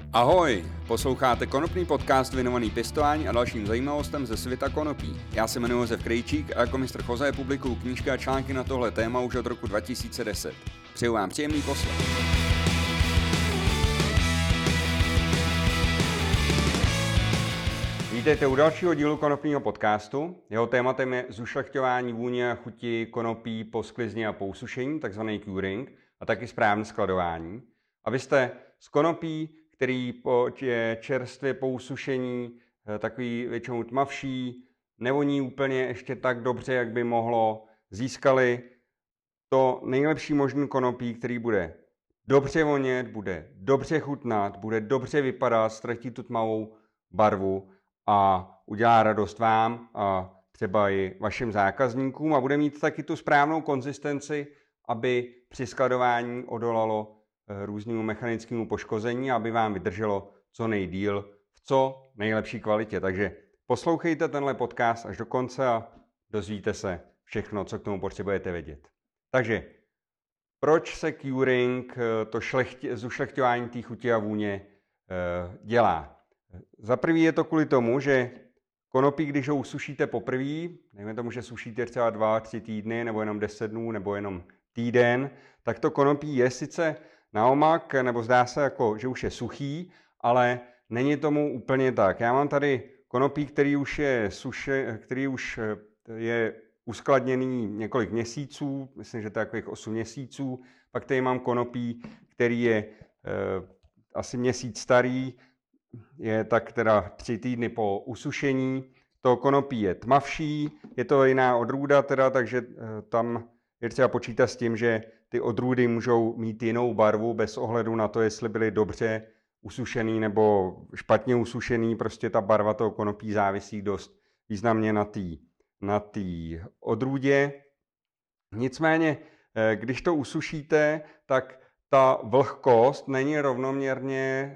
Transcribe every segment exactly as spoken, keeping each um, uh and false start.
Ahoj, posloucháte konopný podcast věnovaný pěstování a dalším zajímavostem ze světa konopí. Já se jmenuji Josef Krejčík a jako mistr Jose publikuju knížky a články na tohle téma už od roku dva tisíce deset. Přeju vám příjemný poslech. Vítejte u dalšího dílu konopního podcastu. Jeho tématem je zušlechťování vůně a chuti konopí po sklizni a po usušení, takzvaný curing, a taky správné skladování. Abyste z konopí, který je čerstvě po usušení, takový většinou tmavší, nevoní úplně ještě tak dobře, jak by mohlo, získali to nejlepší možný konopí, který bude dobře vonět, bude dobře chutnat, bude dobře vypadat, ztratí tu tmavou barvu a udělá radost vám a třeba i vašim zákazníkům a bude mít taky tu správnou konzistenci, aby při skladování odolalo různému mechanickému poškození, aby vám vydrželo co nejdýl v co nejlepší kvalitě. Takže poslouchejte tenhle podcast až do konce a dozvíte se všechno, co k tomu potřebujete vědět. Takže proč se curing, to šlechtě, zušlechťování té chuti a vůně dělá? Za prvý je to kvůli tomu, že konopí, když ho usušíte poprvé, dejme tomu, že sušíte třeba dva, tři týdny, nebo jenom deset dnů, nebo jenom týden, tak to konopí je sice na omak, nebo zdá se, jako, že už je suchý, ale není tomu úplně tak. Já mám tady konopí, který už je, suše, který už je uskladněný několik měsíců, myslím, že to je takových osm měsíců, pak tady mám konopí, který je e, asi měsíc starý, je tak teda tři týdny po usušení. To konopí je tmavší, je to jiná odrůda teda, takže e, tam je třeba počítat s tím, že ty odrůdy můžou mít jinou barvu bez ohledu na to, jestli byly dobře usušený nebo špatně usušený. Prostě ta barva toho konopí závisí dost významně na té na té odrůdě. Nicméně, když to usušíte, tak ta vlhkost není rovnoměrně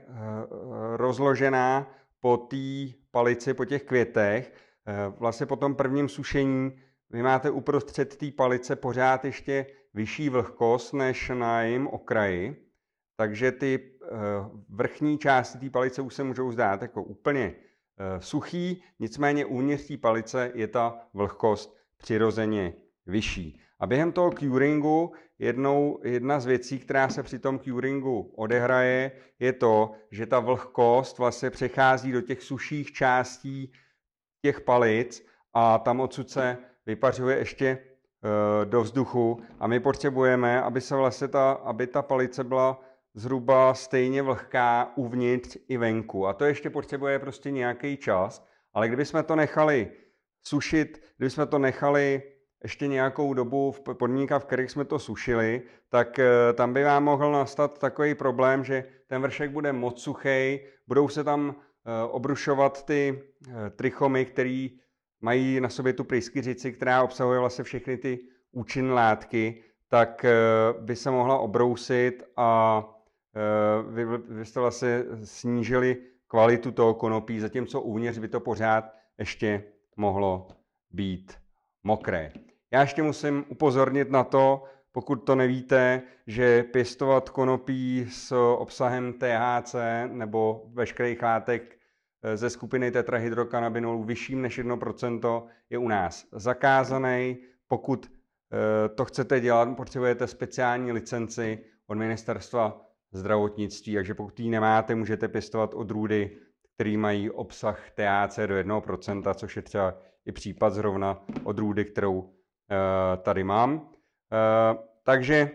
rozložená po té palici, po těch květech. Vlastně po tom prvním sušení vy máte uprostřed té palice pořád ještě vyšší vlhkost než na jejím okraji, takže ty vrchní části té palice už se můžou zdát jako úplně suchý, nicméně uvnitř té palice je ta vlhkost přirozeně vyšší. A během toho curingu jednou, jedna z věcí, která se při tom curingu odehraje, je to, že ta vlhkost vlastně přechází do těch suších částí těch palic a tam odsud se vypařuje ještě do vzduchu a my potřebujeme, aby se vlastně ta, aby ta palice byla zhruba stejně vlhká uvnitř i venku. A to ještě potřebuje prostě nějaký čas, ale kdybychom to nechali sušit, kdybychom to nechali ještě nějakou dobu v podmínkách, v kterých jsme to sušili, tak tam by vám mohl nastat takový problém, že ten vršek bude moc suchý, budou se tam obrušovat ty trichomy, které mají na sobě tu pryskyřici, která obsahuje vlastně všechny ty účinné látky, tak by se mohla obrousit a vy, vy jste vlastně snížili kvalitu toho konopí, zatímco uvnitř by to pořád ještě mohlo být mokré. Já ještě musím upozornit na to, pokud to nevíte, že pěstovat konopí s obsahem T H C nebo veškerých látek ze skupiny tetrahydrokanabinolu vyšším než jedno procento je u nás zakázaný. Pokud to chcete dělat, potřebujete speciální licenci od Ministerstva zdravotnictví, takže pokud ji nemáte, můžete pěstovat odrůdy, které mají obsah T H C do jednoho procenta, což je třeba i případ zrovna odrůdy, kterou tady mám. Takže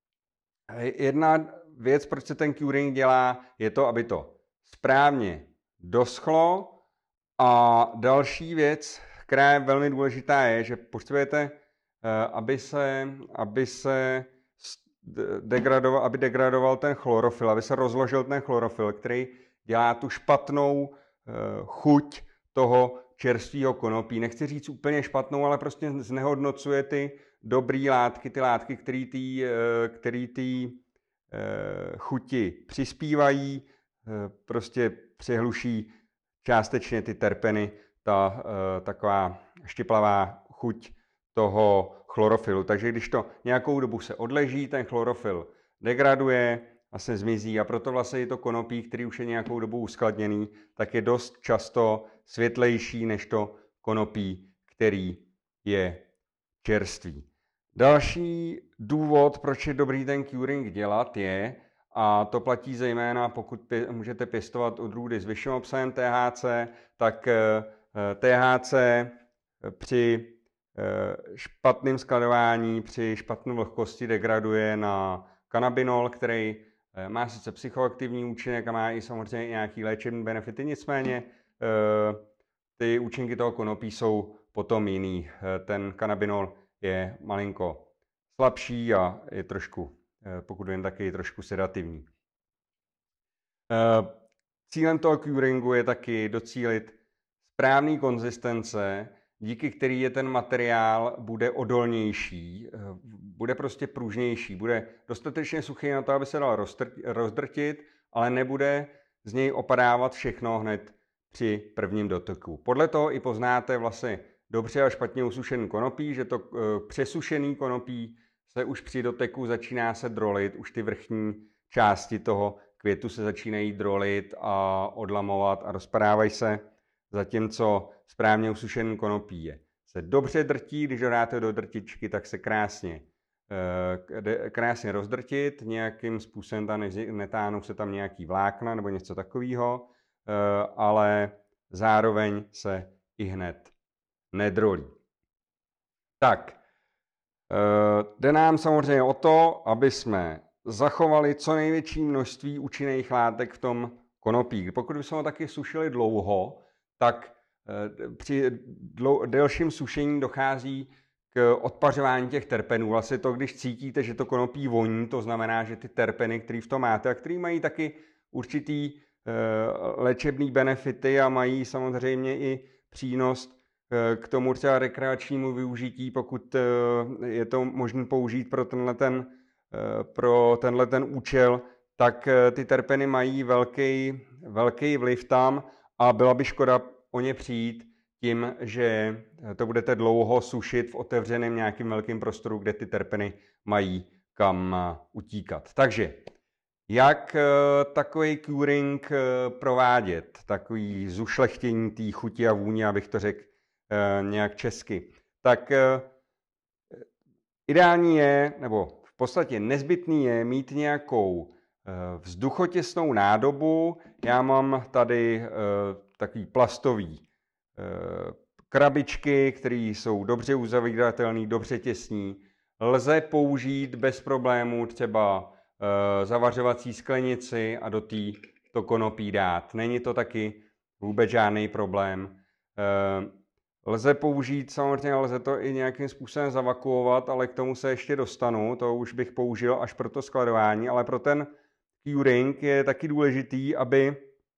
jedna věc, proč se ten curing dělá, je to, aby to správně doschlo. A další věc, která je velmi důležitá, je, že potřebujete, aby se, aby se degradoval, aby degradoval ten chlorofyl, aby se rozložil ten chlorofyl, který dělá tu špatnou chuť toho čerstvého konopí. Nechci říct úplně špatnou, ale prostě znehodnocuje ty dobré látky, ty látky, které ty, který ty chuti přispívají, prostě přihluší částečně ty terpeny, ta taková štiplavá chuť toho chlorofilu. Takže když to nějakou dobu se odleží, ten chlorofyl degraduje, vlastně zmizí a proto vlastně i to konopí, který už je nějakou dobu uskladněný, tak je dost často světlejší než to konopí, který je čerstvý. Další důvod, proč je dobrý ten curing dělat, je, a to platí zejména, pokud pě- můžete pěstovat odrůdy s vyšším obsahem T H C, tak T H C při špatném skladování, při špatné vlhkosti degraduje na kanabinol, který má sice psychoaktivní účinek a má i samozřejmě nějaký léčebný benefity, nicméně ty účinky toho konopí jsou potom jiný. Ten kanabinol je malinko slabší a je trošku, pokud jen taky, trošku sedativní. Cílem toho curingu je taky docílit správné konzistence, díky který je ten materiál bude odolnější, bude prostě pružnější, bude dostatečně suchý na to, aby se dal rozdrtit, ale nebude z něj opadávat všechno hned při prvním dotyku. Podle toho i poznáte vlastně dobře a špatně usušený konopí, že to přesušený konopí se už při doteku začíná se drolit, už ty vrchní části toho květu se začínají drolit a odlamovat a rozpadávají se, zatímco správně usušený konopí je se dobře drtí, když ho dáte do drtičky, tak se krásně, krásně rozdrtit, nějakým způsobem tam netáhnou se tam nějaký vlákna nebo něco takového, ale zároveň se i hned nedrolí. Tak, jde nám samozřejmě o to, aby jsme zachovali co největší množství účinných látek v tom konopí. Pokud bychom ho taky sušili dlouho, tak při delším sušení dochází k odpařování těch terpenů. Vlastně to, když cítíte, že to konopí voní, to znamená, že ty terpeny, které v tom máte a které mají taky určitý léčebný benefity a mají samozřejmě i přínos k tomu třeba rekreačnímu využití, pokud je to možné použít pro tenhle ten, pro tenhle ten účel, tak ty terpeny mají velký, velký vliv tam a byla by škoda o ně přijít tím, že to budete dlouho sušit v otevřeném nějakým velkým prostoru, kde ty terpeny mají kam utíkat. Takže jak takový curing provádět, takový zušlechtění té chuti a vůně, abych to řekl nějak česky. Tak ideální je, nebo v podstatě nezbytný je mít nějakou vzduchotěsnou nádobu. Já mám tady takový plastový krabičky, které jsou dobře uzavíratelné, dobře těsní. Lze použít bez problémů třeba zavařovací sklenici a do té to konopí dát. Není to taky vůbec žádný problém. Lze použít, samozřejmě lze to i nějakým způsobem zavakuovat, ale k tomu se ještě dostanu, to už bych použil až pro to skladování, ale pro ten curing je taky důležitý, aby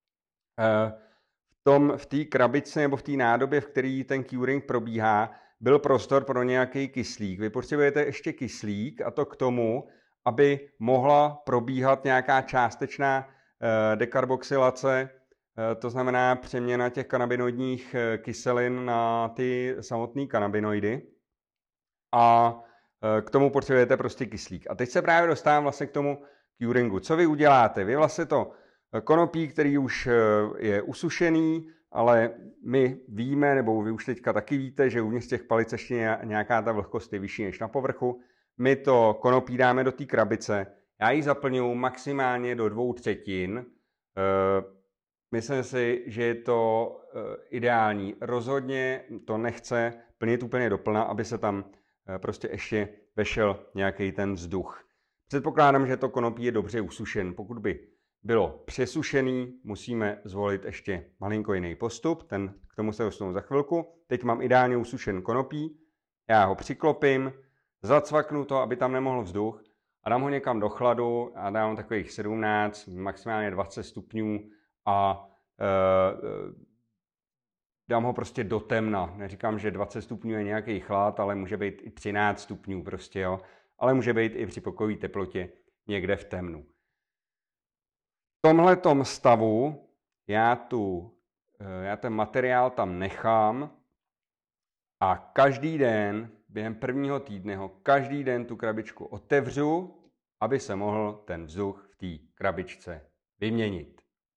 v tom, v té krabici nebo v té nádobě, v které ten curing probíhá, byl prostor pro nějaký kyslík. Vy potřebujete ještě kyslík a to k tomu, aby mohla probíhat nějaká částečná dekarboxylace, to znamená přeměna těch kanabinoidních kyselin na ty samotné kanabinoidy. A k tomu potřebujete prostě kyslík. A teď se právě dostávám vlastně k tomu curingu. Co vy uděláte? Vy vlastně to konopí, který už je usušený, ale my víme, nebo vy už teďka taky víte, že uvnitř těch palic ještě nějaká ta vlhkost je vyšší než na povrchu. My to konopí dáme do té krabice. Já ji zaplňuji maximálně do dvou třetin. Myslím si, že je to ideální. Rozhodně to nechce plnit úplně doplna, aby se tam prostě ještě vešel nějaký ten vzduch. Předpokládám, že to konopí je dobře usušen. Pokud by bylo přesušený, musíme zvolit ještě malinko jiný postup. Ten, k tomu se dostanu za chvilku. Teď mám ideálně usušen konopí. Já ho přiklopím, zacvaknu to, aby tam nemohl vzduch a dám ho někam do chladu a dám takových sedmnáct, maximálně dvacet stupňů a e, dám ho prostě do temna. Neříkám, že dvacet stupňů je nějaký chlad, ale může být i třináct stupňů prostě, jo. Ale může být i při pokojové teplotě někde v temnu. V tomhletom stavu já, tu, já ten materiál tam nechám a každý den, během prvního týdne ho každý den tu krabičku otevřu, aby se mohl ten vzduch v té krabičce vyměnit.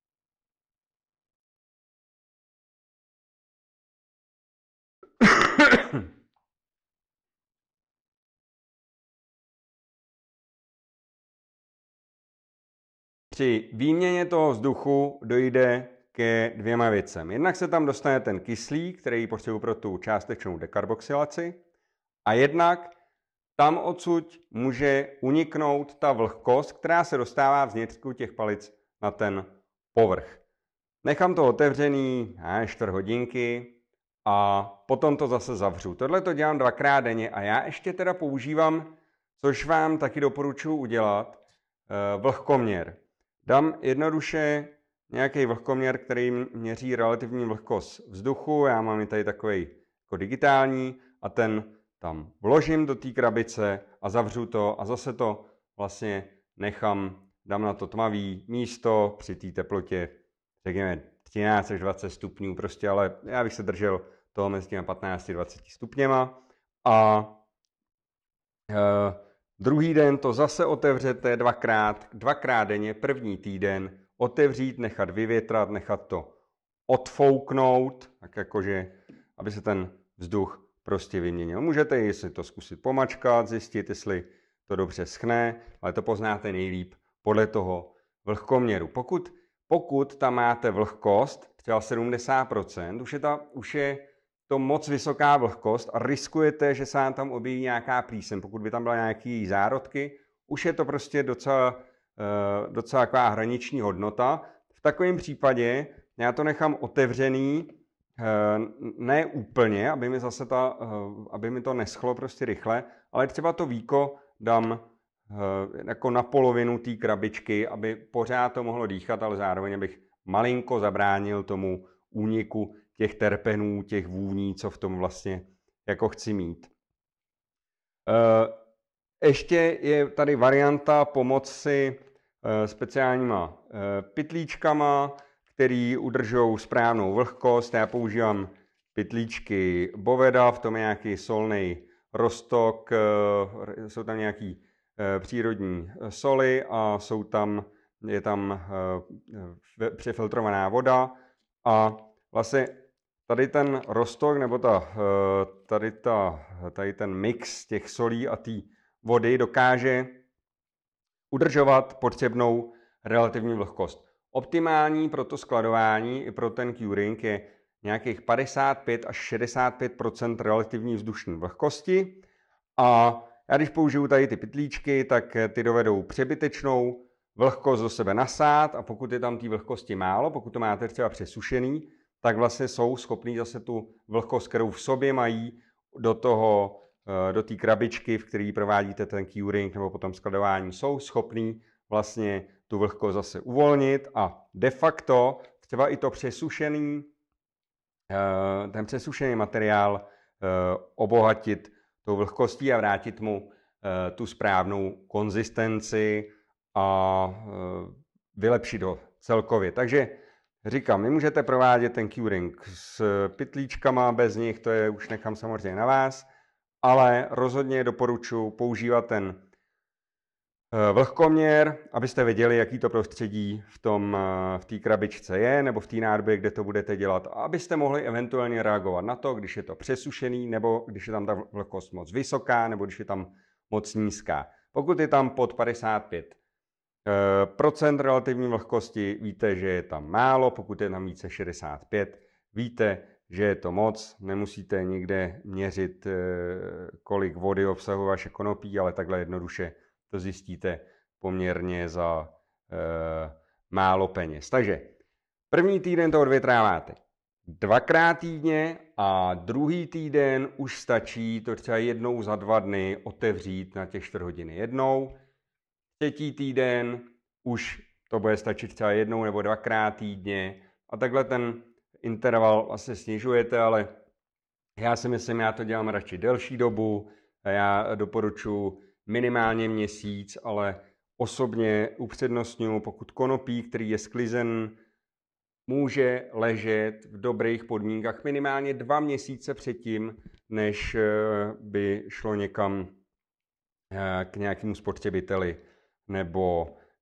Při výměně toho vzduchu dojde ke dvěma věcem. Jednak se tam dostane ten kyslík, který potřebuje pro tu částečnou dekarboxylaci, a jednak tam odsud může uniknout ta vlhkost, která se dostává vnitřku těch palic na ten povrch. Nechám to otevřený ne, čtvrt hodinky a potom to zase zavřu. Tohle to dělám dvakrát denně a já ještě teda používám, což vám taky doporučuji udělat, vlhkoměr. Dám jednoduše nějaký vlhkoměr, který měří relativní vlhkost vzduchu. Já mám i tady takový jako digitální a ten tam vložím do té krabice a zavřu to a zase to vlastně nechám, dám na to tmavý místo při té teplotě, řekněme třináct až dvacet stupňů prostě, ale já bych se držel toho mezi těmi patnáct až dvacet stupněma a e, druhý den to zase otevřete dvakrát, dvakrát denně, první týden, otevřít, nechat vyvětrat, nechat to odfouknout, tak jakože, aby se ten vzduch prostě vyměnil. Můžete jestli to zkusit pomačkat, zjistit, jestli to dobře schne, ale to poznáte nejlíp podle toho vlhkoměru. Pokud, pokud tam máte vlhkost, třeba sedmdesát procent, už je, ta, už je to moc vysoká vlhkost a riskujete, že se vám tam objeví nějaká plíseň. Pokud by tam byla nějaký zárodky, už je to prostě docela, docela taková hraniční hodnota. V takovém případě já to nechám otevřený, ne úplně, aby mi zase ta, aby mi to neschlo prostě rychle, ale třeba to víko dám jako na polovinu té krabičky, aby pořád to mohlo dýchat, ale zároveň abych malinko zabránil tomu úniku těch terpenů, těch vůní, co v tom vlastně jako chci mít. Ještě je tady varianta pomoci speciálníma pytlíčkama, který udržou správnou vlhkost. Já používám pytlíčky Boveda, v tom je nějaký solný roztok, jsou tam nějaký přírodní soli a jsou tam, je tam přefiltrovaná voda a vlastně tady ten roztok, nebo ta, tady, ta, tady ten mix těch solí a té vody dokáže udržovat potřebnou relativní vlhkost. Optimální pro to skladování i pro ten curing je nějakých padesát pět až šedesát pět procent relativní vzdušní vlhkosti. A já když použiju tady ty pytlíčky, tak ty dovedou přebytečnou vlhkost do sebe nasát a pokud je tam té vlhkosti málo, pokud to máte třeba přesušený, tak vlastně jsou schopní zase tu vlhkost, kterou v sobě mají, do toho, do té krabičky, v které provádíte ten curing nebo potom skladování, jsou schopní vlastně tu vlhkost zase uvolnit a de facto třeba i to přesušený, ten přesušený materiál obohatit tou vlhkostí a vrátit mu tu správnou konzistenci a vylepšit ho celkově. Takže říkám, vy můžete provádět ten curing s pytlíčkama, bez nich, to je už nechám samozřejmě na vás, ale rozhodně doporučuji používat ten vlhkoměr, abyste věděli, jaký to prostředí v tom, v té krabičce je, nebo v té nádobě, kde to budete dělat, a abyste mohli eventuálně reagovat na to, když je to přesušený, nebo když je tam ta vlhkost moc vysoká, nebo když je tam moc nízká. Pokud je tam pod padesát pět procent relativní vlhkosti, víte, že je tam málo, pokud je tam více šedesát pět, víte, že je to moc, nemusíte nikde měřit, kolik vody obsahuje vaše konopí, ale takhle jednoduše to zjistíte poměrně za e, málo peněz. Takže první týden to odvětráváte dvakrát týdně a druhý týden už stačí to třeba jednou za dva dny otevřít na těch čtyři hodiny jednou. Třetí týden už to bude stačit třeba jednou nebo dvakrát týdně a takhle ten interval vlastně snižujete, ale já si myslím, já to dělám radši delší dobu, já doporučuji minimálně měsíc, ale osobně upřednostňuji, pokud konopí, který je sklizen, může ležet v dobrých podmínkách minimálně dva měsíce předtím, než by šlo někam k nějakému spotřebiteli nebo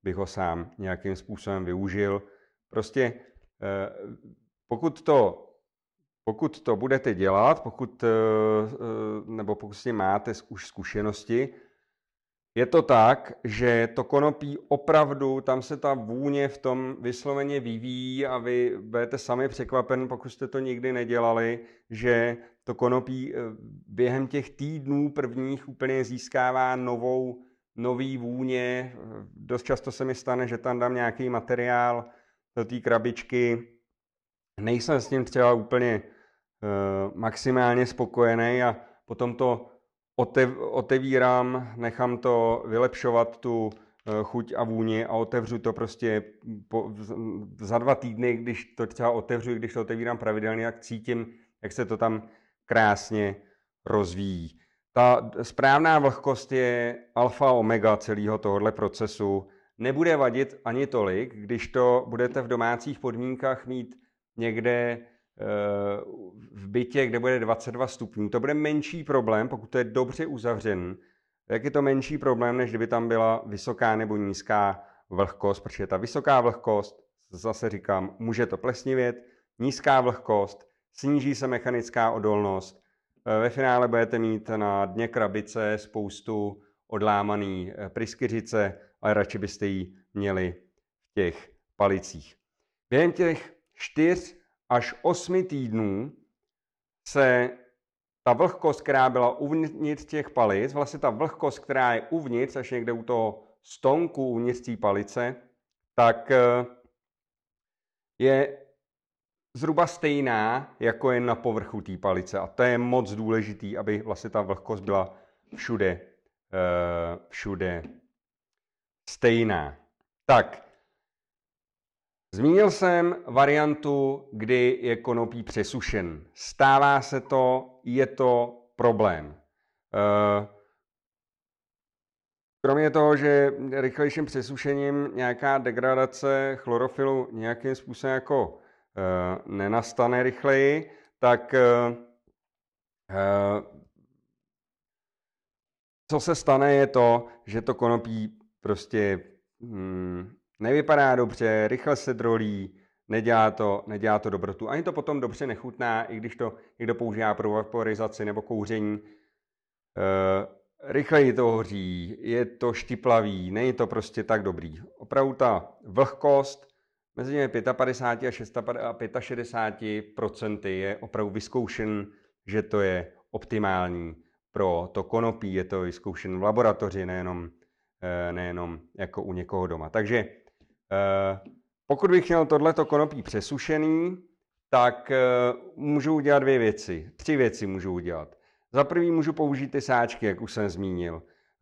bych ho sám nějakým způsobem využil. Prostě pokud to, pokud to budete dělat, pokud, nebo pokud s tím máte už zkušenosti, je to tak, že to konopí opravdu, tam se ta vůně v tom vysloveně vyvíjí a vy budete sami překvapen, pokud jste to nikdy nedělali, že to konopí během těch týdnů prvních úplně získává novou, nový vůně. Dost často se mi stane, že tam dám nějaký materiál do té krabičky. Nejsem s tím třeba úplně uh, maximálně spokojený a potom to otev, otevírám, nechám to vylepšovat tu uh, chuť a vůni a otevřu to prostě po, za dva týdny, když to třeba otevřu, když to otevírám pravidelně, tak cítím, jak se to tam krásně rozvíjí. Ta správná vlhkost je alfa omega celého tohohle procesu. Nebude vadit ani tolik, když to budete v domácích podmínkách mít někde v bytě, kde bude dvacet dva stupňů. To bude menší problém, pokud to je dobře uzavřený. Jak je to menší problém, než kdyby tam byla vysoká nebo nízká vlhkost, protože ta vysoká vlhkost, zase říkám, může to plesnivět, nízká vlhkost, sníží se mechanická odolnost. Ve finále budete mít na dně krabice spoustu odlámaný pryskyřice, ale radši byste ji měli v těch palicích. Během těch čtyř až osmi týdnů se ta vlhkost, která byla uvnitř těch palic, vlastně ta vlhkost, která je uvnitř, až někde u toho stonku uvnitř té palice, tak je zhruba stejná, jako je na povrchu té palice. A to je moc důležitý, aby vlastně ta vlhkost byla všude, všude stejná. Tak, zmínil jsem variantu, kdy je konopí přesušen. Stává se to, je to problém. Kromě toho, že rychlejším přesušením nějaká degradace chlorofilu nějakým způsobem jako nenastane rychleji, tak co se stane je to, že to konopí prostě hmm, nevypadá dobře, rychle se drolí, nedělá to, nedělá to dobrotu. Ani to potom dobře nechutná, i když to někdo používá pro vaporizaci nebo kouření. Rychleji to hoří, je to štiplavý, není to prostě tak dobrý. Opravdu ta vlhkost mezi padesát pět a šedesát pět procent je opravdu vyzkoušen, že to je optimální pro to konopí, je to vyzkoušen v laboratoři, nejenom, nejenom jako u někoho doma. Takže pokud bych měl tohleto konopí přesušený, tak můžu udělat dvě věci. Tři věci můžu udělat. Za prvý můžu použít ty sáčky, jak už jsem zmínil.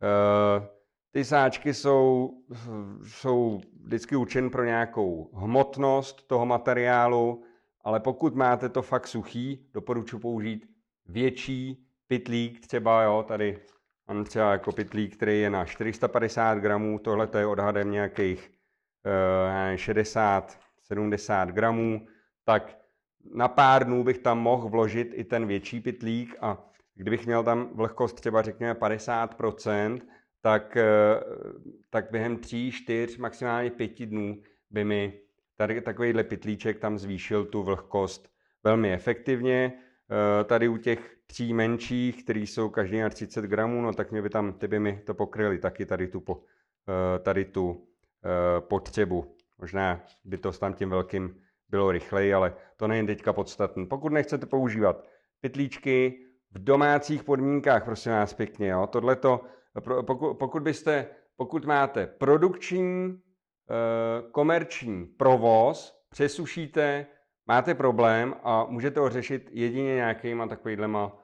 Ty sáčky jsou, jsou vždycky určeny pro nějakou hmotnost toho materiálu, ale pokud máte to fakt suchý, doporučuji použít větší pytlík, třeba jo, tady mám třeba jako pytlík, který je na čtyři sta padesát gramů, tohle je odhadem nějakých uh, šedesát sedmdesát gramů, tak na pár dnů bych tam mohl vložit i ten větší pytlík a kdybych měl tam vlhkost třeba řekněme padesát procent, tak, tak během tří, čtyř, maximálně pěti dnů by mi tady takovýhle pytlíček tam zvýšil tu vlhkost velmi efektivně. Tady u těch tří menších, který jsou každý na třicet gramů, no tak mě by tam, ty by mi to pokryly taky tady tu, tady tu potřebu. Možná by to s tam tím velkým bylo rychleji, ale to není teďka podstatné. Pokud nechcete používat pytlíčky v domácích podmínkách, prosím vás pěkně, jo, tohleto, pokud, pokud byste, pokud máte produkční, komerční provoz, přesušíte, máte problém a můžete ho řešit jedině nějakýma takovýhlema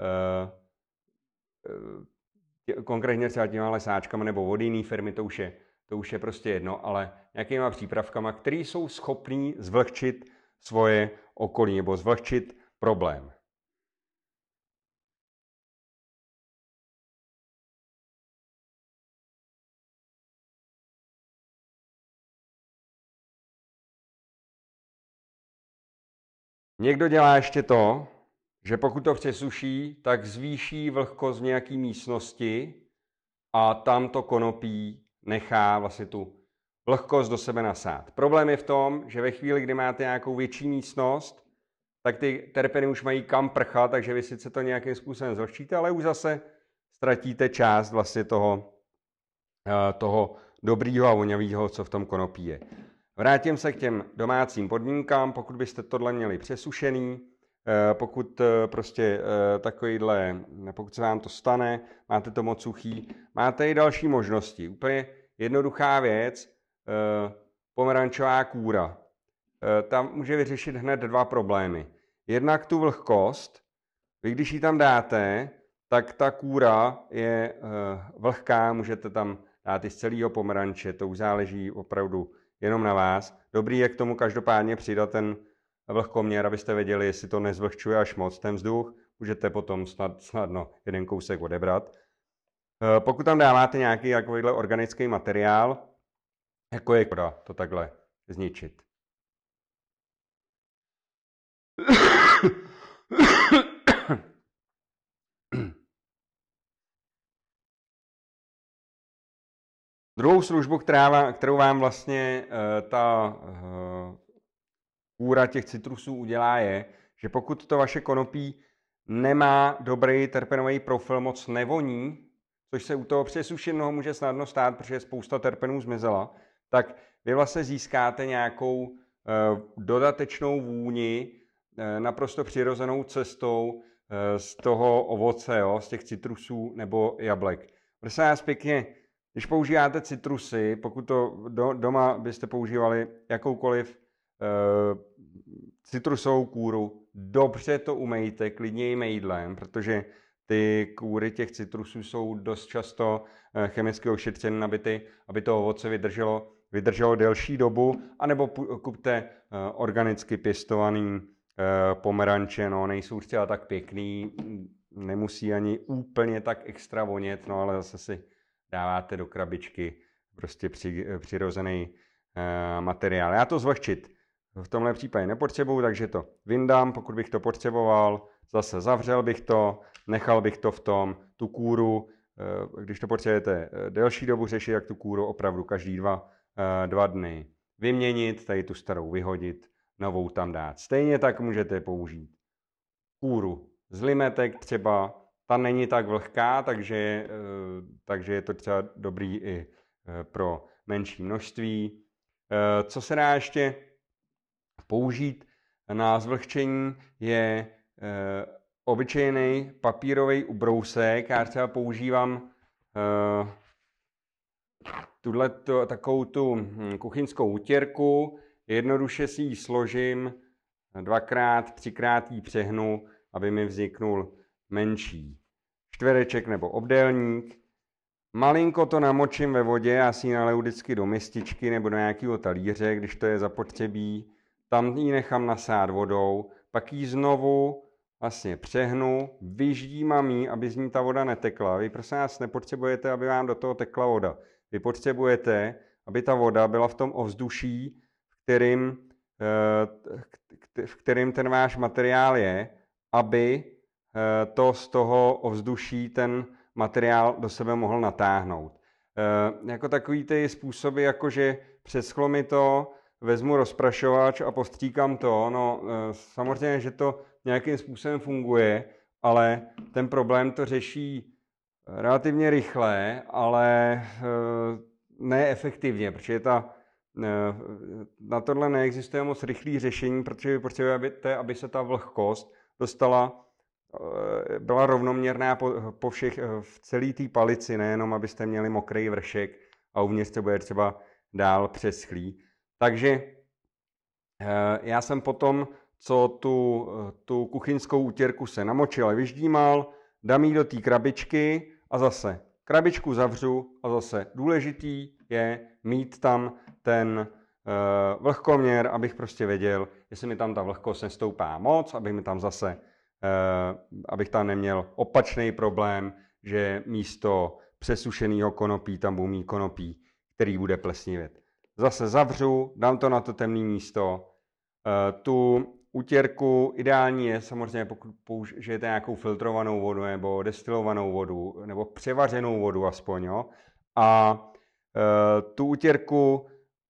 konkrétně třeba těma sáčkama nebo od jiný firmy, to už je, to už je prostě jedno, ale nějakýma přípravkama, které jsou schopný zvlhčit svoje okolí nebo zvlhčit problém. Někdo dělá ještě to, že pokud to přesuší, tak zvýší vlhkost v nějaké místnosti a tam to konopí nechá vlastně tu vlhkost do sebe nasát. Problém je v tom, že ve chvíli, kdy máte nějakou větší místnost, tak ty terpeny už mají kam prchat, takže vy sice to nějakým způsobem zlehčíte, ale už zase ztratíte část vlastně toho, toho dobrýho a vonavýho, co v tom konopí je. Vrátím se k těm domácím podmínkám, pokud byste tohle měli přesušený, pokud prostě takovýhle, pokud se vám to stane, máte to moc suchý, máte i další možnosti. Úplně jednoduchá věc, pomerančová kůra. Tam může vyřešit hned dva problémy. Jednak tu vlhkost, vy když ji tam dáte, tak ta kůra je vlhká, můžete tam dát i z celého pomeranče, to už záleží opravdu jenom na vás. Dobrý je k tomu každopádně přidat ten vlhkoměr, abyste věděli, jestli to nezvlhčuje až moc ten vzduch, můžete potom snad, snadno jeden kousek odebrat. Pokud tam dáváte nějaký takovýhle organický materiál, jako je voda, to takhle zničit. Druhou službu, která, kterou vám vlastně uh, ta uh, kůra těch citrusů udělá, je, že pokud to vaše konopí nemá dobrý terpenový profil, moc nevoní, což se u toho přesušeného může snadno stát, protože spousta terpenů zmizela, tak vy vlastně získáte nějakou uh, dodatečnou vůni uh, naprosto přirozenou cestou uh, z toho ovoce, jo, z těch citrusů nebo jablek. Prosím vás pěkně, když používáte citrusy, pokud to do, doma byste používali jakoukoliv uh, citrusovou kůru, dobře to umejte, klidně i mejdlem, protože ty kůry těch citrusů jsou dost často uh, chemicky ošetřeny, aby, ty, aby to ovoce vydrželo, vydrželo delší dobu, anebo kupte uh, organicky pěstovaný uh, pomeranče, no, nejsou třeba tak pěkný, nemusí ani úplně tak extra vonět, no, ale zase si dáváte do krabičky prostě při, přirozený uh, materiál. Já to zvlhčit v tomhle případě nepotřebuju, takže to vyndám, pokud bych to potřeboval, zase zavřel bych to, nechal bych to v tom, tu kůru, uh, když to potřebujete delší dobu řešit, jak tu kůru opravdu každý dva, uh, dva dny vyměnit, tady tu starou vyhodit, novou tam dát. Stejně tak můžete použít kůru z limetek třeba, ta není tak vlhká, takže, takže je to třeba dobrý i pro menší množství. Co se dá ještě použít na zvlhčení, je obyčejný papírový ubrousek. Já třeba používám tuhleto, takovou tu kuchyňskou utěrku. Jednoduše si ji složím, dvakrát, třikrát ji přehnu, aby mi vzniknul menší čtvereček nebo obdélník. Malinko to namočím ve vodě, já si ji naleju vždycky do mističky nebo do nějakého talíře, když to je zapotřebí. Tam ji nechám nasát vodou, pak ji znovu vlastně přehnu, vyždímám ji, aby z ní ta voda netekla. Vy prosím vás nepotřebujete, aby vám do toho tekla voda. Vy potřebujete, aby ta voda byla v tom ovzduší, v kterým, v kterým ten váš materiál je, aby to z toho ovzduší ten materiál do sebe mohl natáhnout. E, jako takový ty způsoby, jakože přeschlo mi to, vezmu rozprašovač a postříkám to, no e, samozřejmě, že to nějakým způsobem funguje, ale ten problém to řeší relativně rychle, ale e, neefektivně, protože ta, e, na tohle neexistuje moc rychlý řešení, protože vy potřebujete, aby se ta vlhkost dostala, byla rovnoměrná po, po všech, v celé té palici, nejenom abyste měli mokrý vršek a uvnitř to bude třeba dál přeschlý. Takže já jsem potom, co tu, tu kuchyňskou utěrku se namočil, vyždímal, dám ji do té krabičky a zase krabičku zavřu a zase důležitý je mít tam ten vlhkoměr, abych prostě věděl, jestli mi tam ta vlhkost nestoupá moc, aby mi tam zase Uh, abych tam neměl opačný problém, že místo přesušeného konopí tam budu mít konopí, který bude plesnivět. Zase zavřu, dám to na to temné místo. Uh, tu utěrku ideální je samozřejmě, pokud použijete nějakou filtrovanou vodu nebo destilovanou vodu nebo převařenou vodu aspoň. Jo? A uh, tu utěrku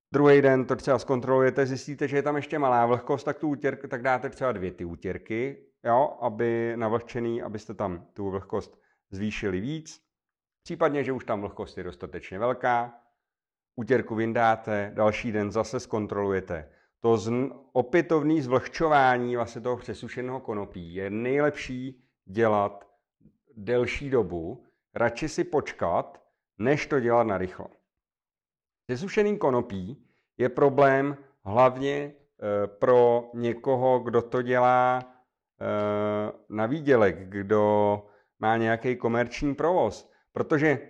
druhý den to třeba zkontrolujete, zjistíte, že je tam ještě malá vlhkost, tak, tu útěrku, tak dáte třeba dvě ty útěrky, jo, aby navlhčený, abyste tam tu vlhkost zvýšili víc. Případně, že už tam vlhkost je dostatečně velká, útěrku vyndáte, další den zase zkontrolujete. To z, opětovné zvlhčování vlastně toho přesušeného konopí je nejlepší dělat delší dobu, radši si počkat, než to dělat narychlo. Přesušený konopí je problém hlavně e, pro někoho, kdo to dělá e, na výdělek, kdo má nějaký komerční provoz, protože e,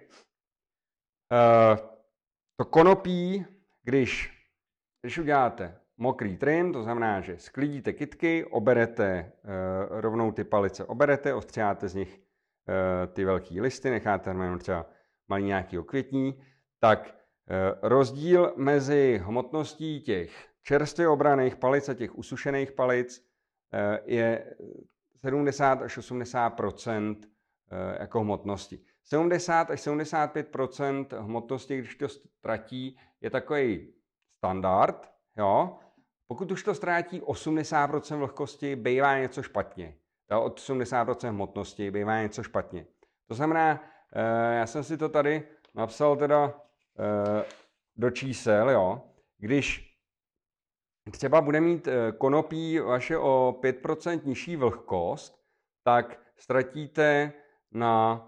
to konopí, když, když uděláte mokrý trim, to znamená, že sklidíte kytky, oberete e, rovnou ty palice, oberete, ostříháte z nich e, ty velké listy, necháte jenom třeba malý nějaký květní, tak e, rozdíl mezi hmotností těch čerstvě obraných palic a těch usušených palic e, je sedmdesát až osmdesát procent e, jako hmotnosti. sedmdesát až sedmdesát pět procent hmotnosti, když to ztratí, je takový standard, jo. Pokud už to ztratí osmdesát procent vlhkosti, bývá něco špatně. Od osmdesát procent hmotnosti bývá něco špatně. To znamená, já jsem si to tady napsal teda do čísel, jo. Když třeba bude mít konopí vaše o pět procent nižší vlhkost, tak ztratíte na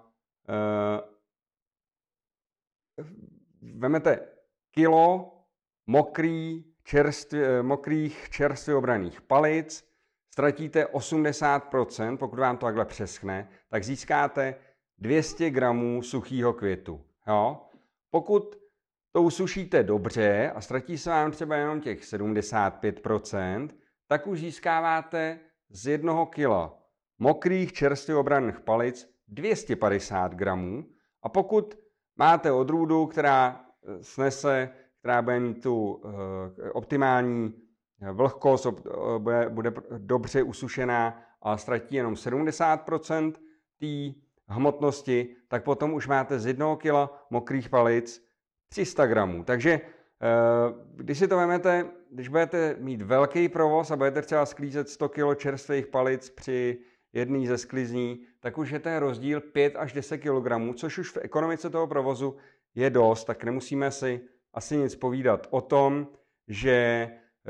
vemete kilo mokrý, čerstvě, mokrých čerstvě obraných palic, ztratíte osmdesát procent, pokud vám to takhle přeschne, tak získáte dvě stě gramů suchého květu. Jo? Pokud to usušíte dobře a ztratí se vám třeba jenom těch sedmdesát pět procent, tak už získáváte z jednoho kila mokrých čerstvě obraných palic dvě stě padesát gramů. A pokud máte odrůdu, která snese, která bude mít tu uh, optimální vlhkost, bude, bude dobře usušená a ztratí jenom sedmdesát procent té hmotnosti, tak potom už máte z jednoho kila mokrých palic tři sta gramů. Takže uh, když si to vezmete, když budete mít velký provoz a budete třeba sklízet sto kilo čerstvých palic při jedný ze sklizní, tak už je ten rozdíl pět až deset kilogramů, což už v ekonomice toho provozu je dost, tak nemusíme si asi nic povídat o tom, že e,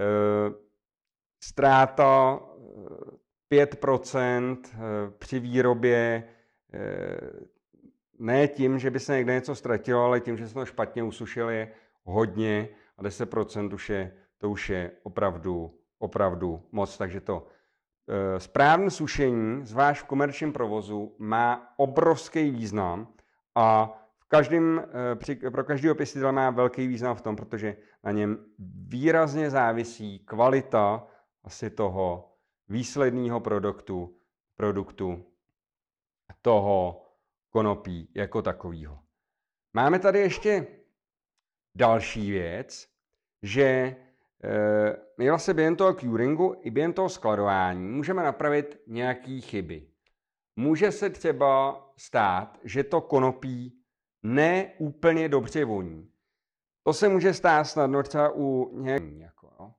ztráta pět procent při výrobě e, ne tím, že by se někde něco ztratilo, ale tím, že se to špatně usušilo, je hodně a deset procent už je, to už je opravdu, opravdu moc, takže to správné sušení, zvlášť v komerčním provozu, má obrovský význam a v každém, pro každého pěstitele má velký význam v tom, protože na něm výrazně závisí kvalita asi toho výsledného produktu, produktu toho konopí jako takového. Máme tady ještě další věc, že my vlastně během toho curingu i během toho skladování můžeme napravit nějaké chyby. Může se třeba stát, že to konopí ne úplně dobře voní. To se může stát snadno třeba u nějakého. Jako, no.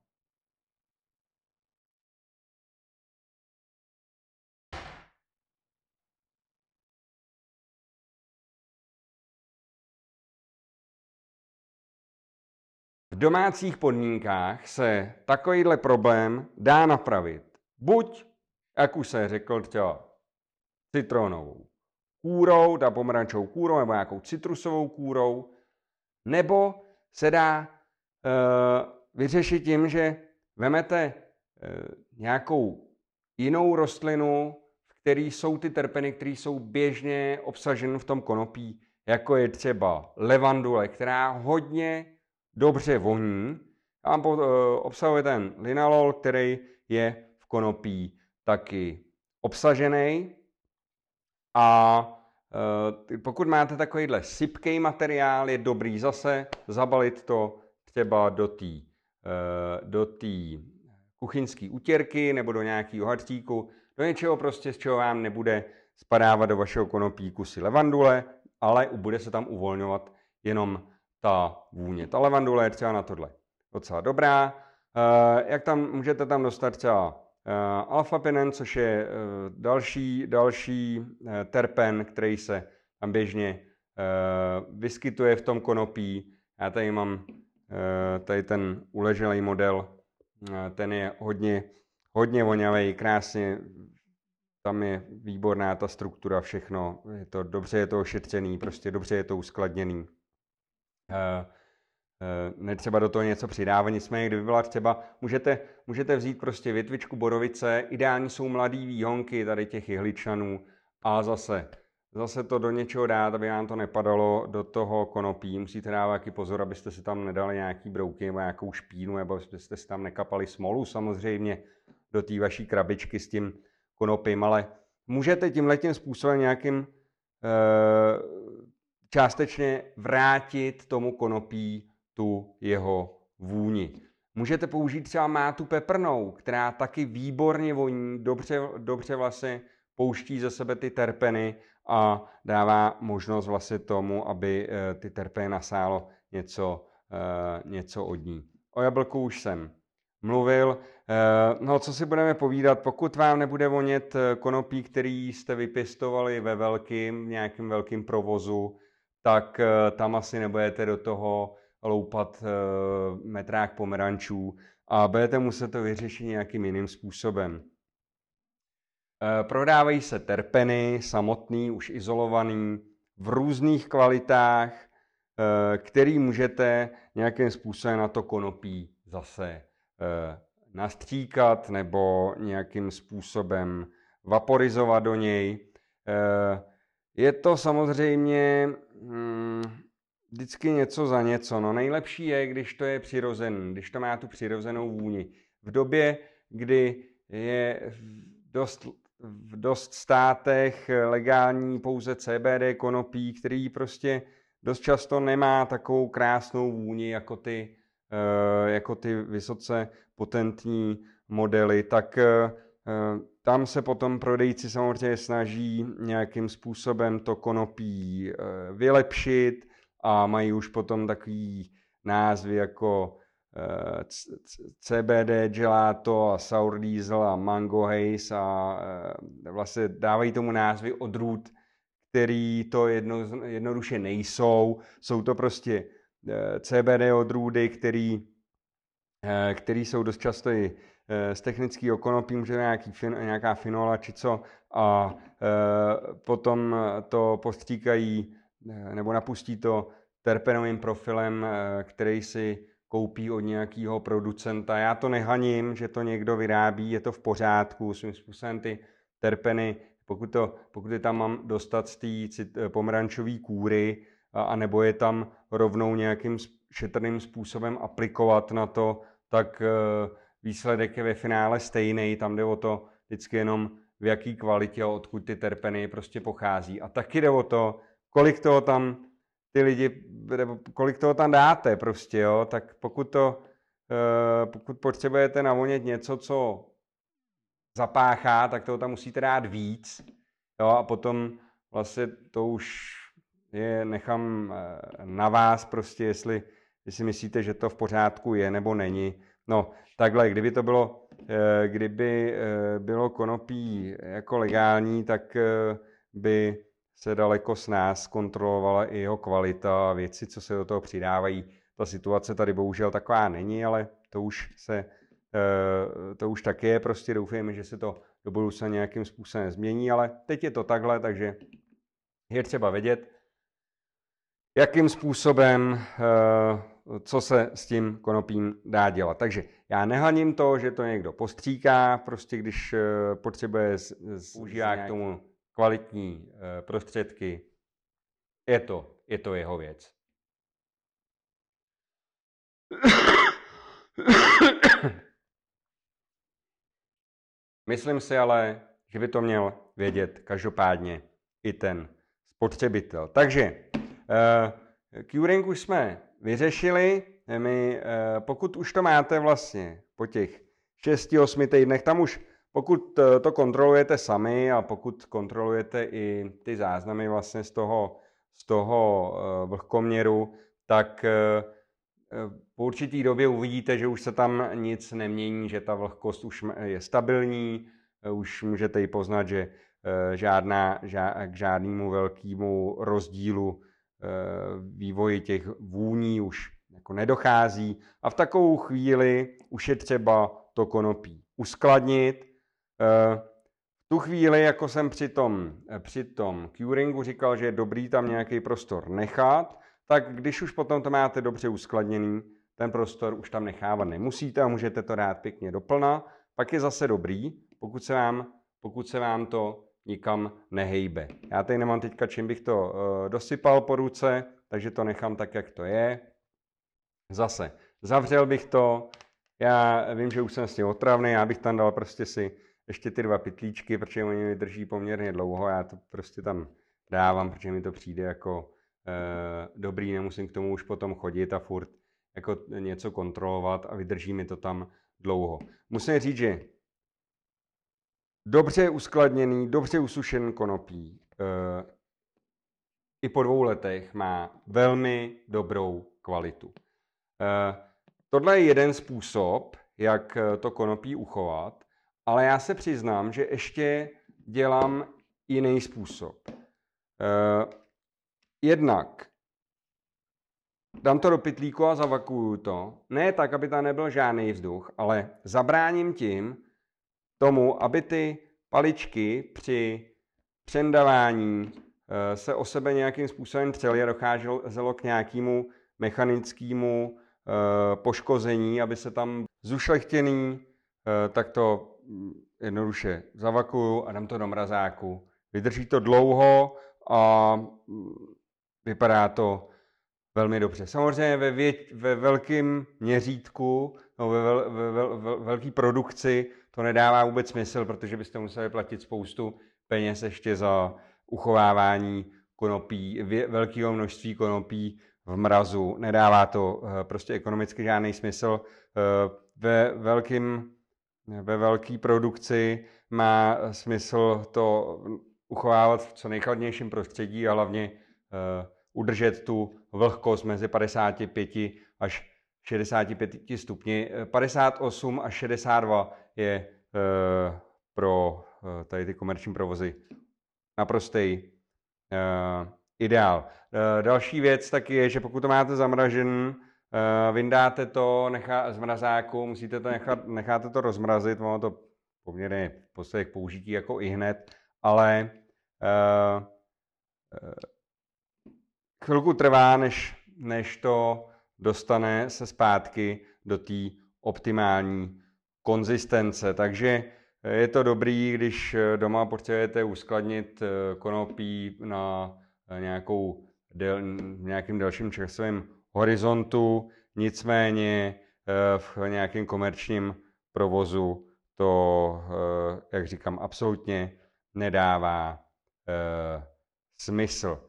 V domácích podmínkách se takovýhle problém dá napravit. Buď, jak už se řekl, třeba citronovou kůrou, ta pomerančovou kůrou nebo nějakou citrusovou kůrou, nebo se dá e, vyřešit tím, že vemete e, nějakou jinou rostlinu, v které jsou ty terpeny, které jsou běžně obsaženy v tom konopí, jako je třeba levandule, která hodně dobře voní. Tam obsahuje ten linalol, který je v konopí taky obsažený. A e, pokud máte takovýhle sypký materiál, je dobrý zase zabalit to třeba do té e, do té kuchyňské utěrky nebo do nějakého harcíku, do něčeho prostě, z čeho vám nebude spadávat do vašeho konopí kusy levandule, ale bude se tam uvolňovat jenom ta vůně. Ta levandule je třeba na tohle docela dobrá. Jak tam můžete tam dostat třeba alfa-pinen, což je další, další terpen, který se tam běžně vyskytuje v tom konopí. Já tady mám tady ten uleželý model, ten je hodně, hodně vonavý, krásně, tam je výborná ta struktura, všechno, je to, dobře je to ošetřený, prostě dobře je to uskladněný. Netřeba do toho něco přidávat, nicméně kdyby byla třeba, můžete, můžete vzít prostě větvičku borovice, ideální jsou mladý výhonky tady těch jehličnanů a zase, zase to do něčeho dát, aby vám to nepadalo do toho konopí. Musíte dávat jaký pozor, abyste si tam nedali nějaký brouky nebo nějakou špínu, nebo abyste si tam nekapali smolu samozřejmě do té vaší krabičky s tím konopím, ale můžete tímhletím způsobem nějakým e, částečně vrátit tomu konopí tu jeho vůni. Můžete použít třeba mátu peprnou, která taky výborně voní, dobře, dobře vlastně pouští ze sebe ty terpeny a dává možnost vlastně tomu, aby ty terpeny nasálo něco, něco od ní. O jablku už jsem mluvil. No, co si budeme povídat, pokud vám nebude vonět konopí, který jste vypěstovali ve velkým, nějakým velkým provozu, tak tam asi nebudete do toho loupat metrák pomerančů a budete muset to vyřešit nějakým jiným způsobem. Prodávají se terpeny, samotný, už izolovaný, v různých kvalitách, který můžete nějakým způsobem na to konopí zase nastříkat nebo nějakým způsobem vaporizovat do něj. Je to samozřejmě vždycky něco za něco. No nejlepší je, když to je přirozený, když to má tu přirozenou vůni. V době, kdy je v dost, v dost státech legální pouze C B D konopí, který prostě dost často nemá takovou krásnou vůni jako ty, jako ty vysoce potentní modely, tak tam se potom prodejci samozřejmě snaží nějakým způsobem to konopí vylepšit a mají už potom takový názvy jako C B D gelato a sour diesel a mango haze a vlastně dávají tomu názvy odrůd, který to jedno, jednoduše nejsou. Jsou to prostě C B D odrůdy, který, který jsou dost často i z technického konopí, může nějaký, nějaká finola či co a potom to postříkají nebo napustí to terpenovým profilem, který si koupí od nějakého producenta. Já to nehaním, že to někdo vyrábí, je to v pořádku, svým způsobem ty terpeny, pokud, to, pokud je tam mám dostat z té pomerančové kůry, a, a nebo je tam rovnou nějakým šetrným způsobem aplikovat na to, tak výsledek je ve finále stejný, tam jde o to vždycky jenom v jaký kvalitě a odkud ty terpeny prostě pochází. A taky jde o to, kolik toho tam ty lidi, nebo kolik toho tam dáte prostě, jo, tak pokud to, pokud potřebujete navonět něco, co zapáchá, tak toho tam musíte dát víc, jo, a potom vlastně to už je, nechám na vás prostě, jestli, jestli myslíte, že to v pořádku je nebo není. No, takhle, kdyby to bylo, kdyby bylo konopí jako legální, tak by se daleko s nás kontrolovala i jeho kvalita a věci, co se do toho přidávají. Ta situace tady bohužel taková není, ale to už se, to už taky je, prostě doufejme, že se to do budoucna nějakým způsobem změní, ale teď je to takhle, takže je třeba vědět, jakým způsobem, co se s tím konopím dá dělat. Takže já nehaním to, že to někdo postříká, prostě když potřebuje používá k tomu kvalitní prostředky, je to, je to jeho věc. Myslím si ale, že by to měl vědět každopádně i ten spotřebitel. Takže curing už jsme vyřešili. My, pokud už to máte vlastně po těch šesti osmi týdnech, tam už pokud to kontrolujete sami a pokud kontrolujete i ty záznamy vlastně z toho, z toho vlhkoměru, tak po určitý době uvidíte, že už se tam nic nemění, že ta vlhkost už je stabilní, už můžete ji poznat, že žádná, žád, k žádnému velkému rozdílu vývoji těch vůní už jako nedochází. A v takovou chvíli už je třeba to konopí uskladnit. V tu chvíli, jako jsem při tom, při tom curingu říkal, že je dobrý tam nějaký prostor nechat, tak když už potom to máte dobře uskladněný, ten prostor už tam nechávat nemusíte a můžete to dát pěkně doplna. Pak je zase dobrý, pokud se vám, pokud se vám to nikam nehejbe. Já tady nemám teďka, čím bych to uh, dosypal po ruce, takže to nechám tak, jak to je. Zase zavřel bych to. Já vím, že už jsem s tím otravný, já bych tam dal prostě si ještě ty dva pytlíčky, protože oni vydrží poměrně dlouho. Já to prostě tam dávám, protože mi to přijde jako Uh, dobrý, nemusím k tomu už potom chodit a furt jako něco kontrolovat a vydrží mi to tam dlouho. Musím říct, že dobře uskladněný, dobře usušený konopí uh, i po dvou letech má velmi dobrou kvalitu. Uh, tohle je jeden způsob, jak to konopí uchovat, ale já se přiznám, že ještě dělám jiný způsob. Uh, Jednak dám to do pytlíku a zavakuju to. Ne tak, aby tam nebyl žádný vzduch, ale zabráním tím tomu, aby ty paličky při přendavání se o sebe nějakým způsobem třely a docházelo k nějakému mechanickému poškození, aby se tam zušlechtěný, tak to jednoduše zavakuju a dám to do mrazáku. Vydrží to dlouho a vypadá to velmi dobře. Samozřejmě ve, vět, ve velkém měřítku, no ve, vel, ve, vel, ve velké produkci to nedává vůbec smysl, protože byste museli platit spoustu peněz ještě za uchovávání konopí, velkého množství konopí v mrazu. Nedává to prostě ekonomicky žádný smysl. Ve velkým, ve velké produkci má smysl to uchovávat v co nejchladnějším prostředí a hlavně uh, udržet tu vlhkost mezi padesát pět až šedesát pět stupni. padesát osm až šedesát dva je uh, pro uh, tady ty komerční provozy naprostý uh, ideál. Uh, další věc taky je, že pokud to máte zamražen, uh, vyndáte to nechá, z mrazáku, musíte to nechat, necháte to rozmrazit, ono to poměrně v podstatě k použití jako i hned, ale uh, uh, chvilku trvá, než, než to dostane se zpátky do té optimální konzistence. Takže je to dobrý, když doma potřebujete uskladnit konopí na nějakou del, nějakým dalším časovém horizontu, nicméně v nějakém komerčním provozu to, jak říkám, absolutně nedává smysl.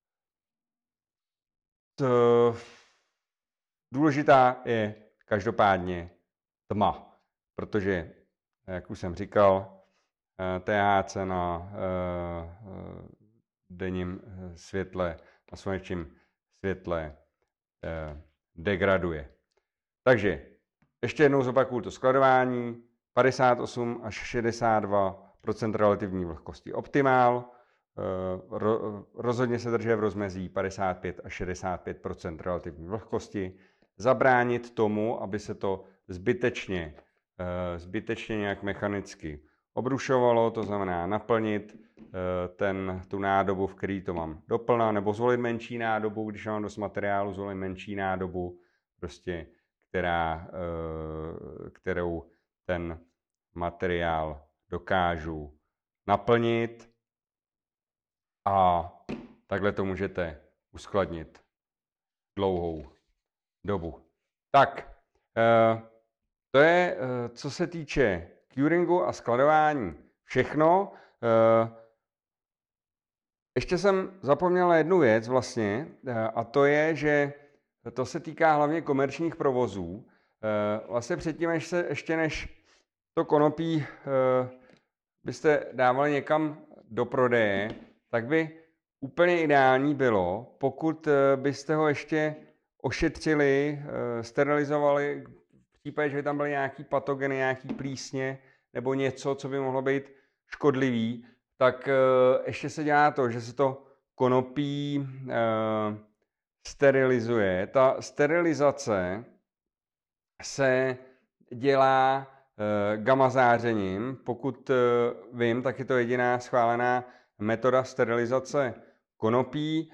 Důležitá je každopádně tma, protože, jak už jsem říkal, T H C na denním světle, na slunečním světle degraduje. Takže ještě jednou zopakuju to skladování. padesát osm až šedesát dva procenta relativní vlhkosti optimál. Rozhodně se drží v rozmezí padesát pět až šedesát pět procent relativní vlhkosti. Zabránit tomu, aby se to zbytečně, zbytečně nějak mechanicky obrušovalo, to znamená naplnit ten, tu nádobu, v který to mám doplna, nebo zvolit menší nádobu, když mám dost materiálu, zvolit menší nádobu, prostě, která, kterou ten materiál dokážu naplnit. A takhle to můžete uskladnit dlouhou dobu. Tak, to je, co se týče curingu a skladování, všechno. Ještě jsem zapomněl na jednu věc vlastně, a to je, že to se týká hlavně komerčních provozů. Vlastně předtím, než se, ještě než to konopí byste dávali někam do prodeje, tak by úplně ideální bylo, pokud byste ho ještě ošetřili, sterilizovali v případě, že by tam byly nějaký patogeny, nějaký plísně nebo něco, co by mohlo být škodlivý, tak ještě se dělá to, že se to konopí sterilizuje. Ta sterilizace se dělá gamma zářením. Pokud vím, tak je to jediná schválená metoda sterilizace konopí.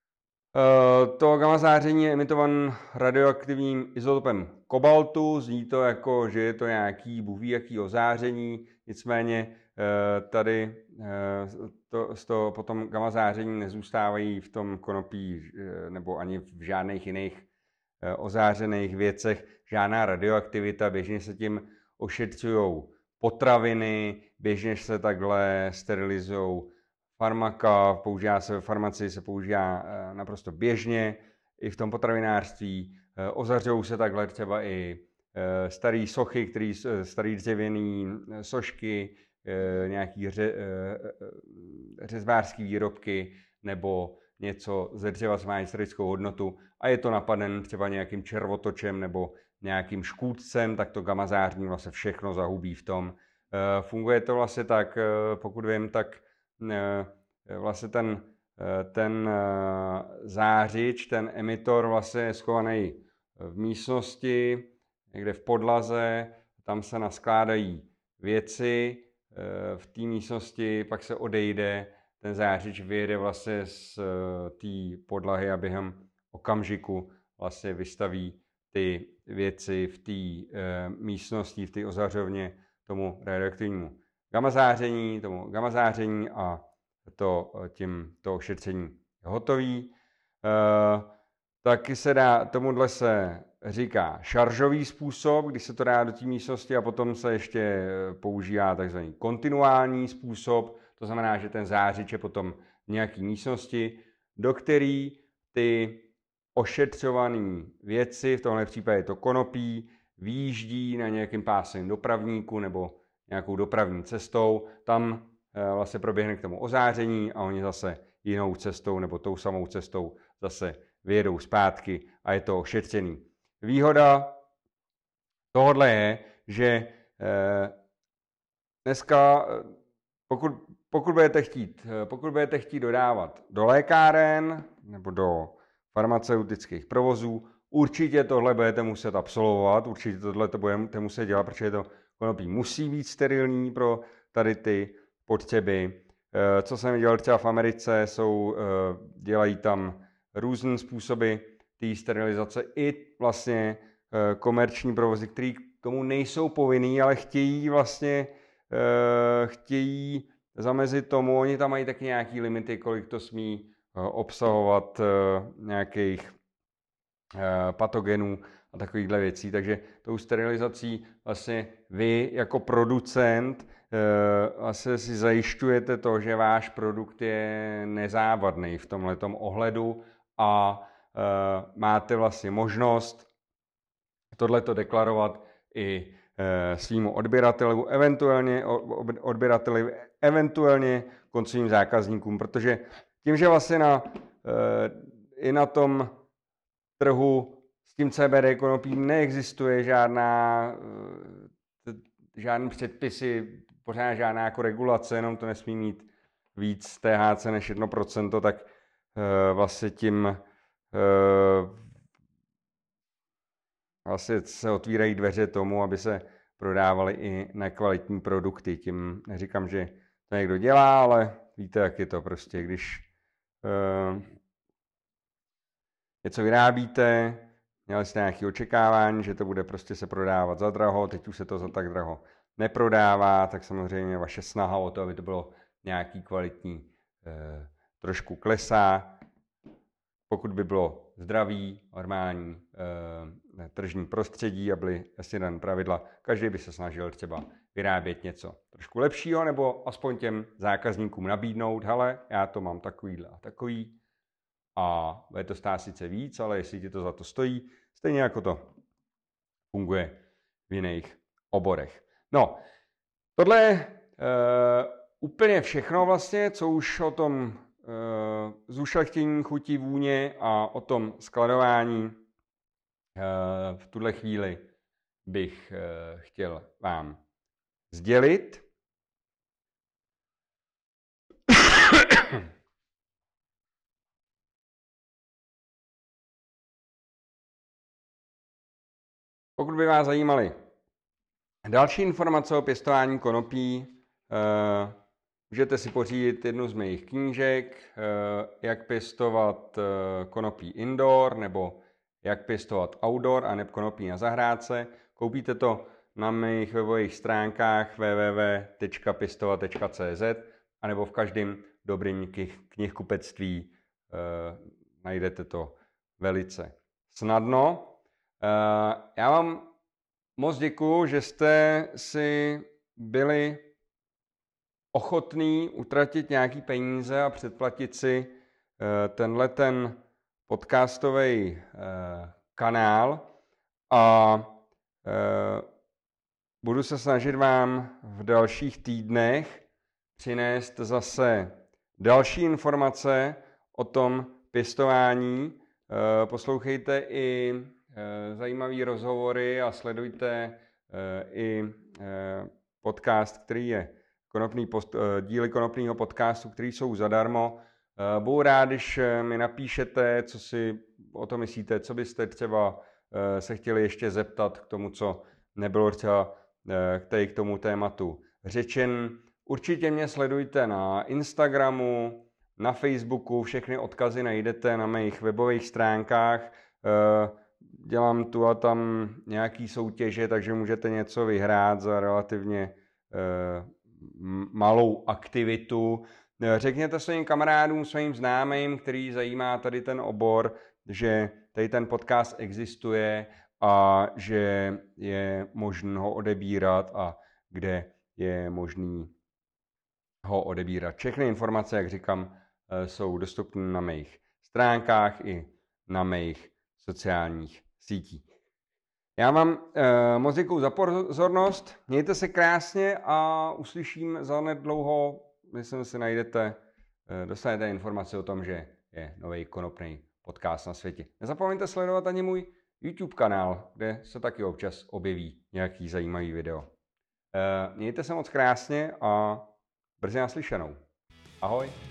To gamma záření je emitovan radioaktivním izotopem kobaltu. Zní to jako, že je to nějaký bůh ví jaký ozáření, nicméně tady to, z toho potom gamma záření nezůstávají v tom konopí nebo ani v žádných jiných ozářených věcech žádná radioaktivita. Běžně se tím ošetřují potraviny, běžně se takhle sterilizují farmaka, používá se ve farmacii, se používá naprosto běžně, i v tom potravinářství. Ozařují se takhle třeba i staré sochy, který, staré dřevěné sošky, nějaký ře, řezbářský výrobky nebo něco ze dřeva, co má historickou hodnotu a je to napaden třeba nějakým červotočem nebo nějakým škůdcem, tak to gamma záření vlastně všechno zahubí v tom. Funguje to vlastně tak, pokud vím, tak vlastně ten, ten zářič, ten emitor vlastně je schovaný v místnosti, někde v podlaze, tam se naskládají věci v té místnosti, pak se odejde, ten zářič vyjede vlastně z té podlahy a během okamžiku vlastně vystaví ty věci v té e, místnosti, v té ozařovně tomu radioaktivnímu gamma záření, tomu gamma záření a to, tím, to ošetření je hotový. E, taky se dá, tomuhle se říká šaržový způsob, když se to dá do té místnosti a potom se ještě používá takzvaný kontinuální způsob, to znamená, že ten zářič je potom v nějaké místnosti, do které ty ošetřované věci, v tomhle případě to konopí, výjíždí na nějakým pásem dopravníku nebo nějakou dopravní cestou, tam vlastně proběhne k tomu ozáření a oni zase jinou cestou nebo tou samou cestou zase vyjedou zpátky a je to ošetřený. Výhoda tohodle je, že dneska, pokud, pokud, budete chtít, pokud budete chtít dodávat do lékáren nebo do farmaceutických provozů, určitě tohle budete muset absolvovat, určitě tohle to budete muset dělat, protože to konopí musí být sterilní pro tady ty potřeby. Co jsem dělal třeba v Americe, jsou, dělají tam různé způsoby té sterilizace i vlastně komerční provozy, které k tomu nejsou povinný, ale chtějí vlastně chtějí zamezit tomu, oni tam mají taky nějaký limity, kolik to smí obsahovat nějakých patogenů a takovýchhle věcí. Takže tou sterilizací vlastně vy jako producent vlastně si zajišťujete to, že váš produkt je nezávadný v tomhletom ohledu a máte vlastně možnost tohleto deklarovat i svýmu odběrateli, eventuálně odběrateli, eventuálně koncovým zákazníkům, protože tím, že vlastně na, i na tom trhu s tím C B D konopím neexistuje žádná, žádný předpisy, pořád žádná jako regulace, jenom to nesmí mít víc T H C než jedno procento, tak vlastně tím vlastně se otvírají dveře tomu, aby se prodávaly i nekvalitní produkty. Tím neříkám, že to někdo dělá, ale víte, jak je to prostě, když uh, něco vyrábíte, měli jste nějaké očekávání, že to bude prostě se prodávat za draho, teď už se to za tak draho neprodává, tak samozřejmě vaše snaha o to, aby to bylo nějaký kvalitní, uh, trošku klesá. Pokud by bylo zdravý, normální e, tržní prostředí a byly jasně dané pravidla, každý by se snažil třeba vyrábět něco trošku lepšího, nebo aspoň těm zákazníkům nabídnout, hele, já to mám takovýhle a takový a bude to stát sice víc, ale jestli ti to za to stojí, stejně jako to funguje v jiných oborech. No, tohle je e, úplně všechno vlastně, co už o tom zušlechtění chutí, vůně a o tom skladování v tuhle chvíli bych chtěl vám sdělit. Pokud by vás zajímaly další informace o pěstování konopí, eh, můžete si pořídit jednu z mých knížek, eh, jak pěstovat eh, konopí indoor nebo jak pěstovat outdoor a nebo konopí na zahrádce. Koupíte to na mých webových stránkách w w w tečka pěstovat tečka c z a nebo v každém dobrém knihkupectví eh, najdete to velice snadno. Uh, já vám moc děkuju, že jste si byli ochotní utratit nějaký peníze a předplatit si uh, tenhle ten podcastový uh, kanál a uh, budu se snažit vám v dalších týdnech přinést zase další informace o tom pěstování. Uh, poslouchejte i zajímavé rozhovory a sledujte i podcast, který je konopný post, díly konopného podcastu, který jsou zadarmo. Budu rád, když mi napíšete, co si o tom myslíte, co byste třeba se chtěli ještě zeptat k tomu, co nebylo třeba k tomu tématu řečen. Určitě mě sledujte na Instagramu, na Facebooku, všechny odkazy najdete na mých webových stránkách. Dělám tu a tam nějaký soutěže, takže můžete něco vyhrát za relativně eh, malou aktivitu. Řekněte svým kamarádům, svým známým, který zajímá tady ten obor, že tady ten podcast existuje a že je možné ho odebírat a kde je možný ho odebírat. Všechny informace, jak říkám, jsou dostupné na mých stránkách i na mých sociálních sítích. Já vám eh, moc děkuju za pozornost, mějte se krásně a uslyším za nedlouho, myslím si najdete, eh, dostanete informace o tom, že je nový konopný podcast na světě. Nezapomeňte sledovat ani můj YouTube kanál, kde se taky občas objeví nějaký zajímavý video. Eh, mějte se moc krásně a brzy naslyšenou. Ahoj.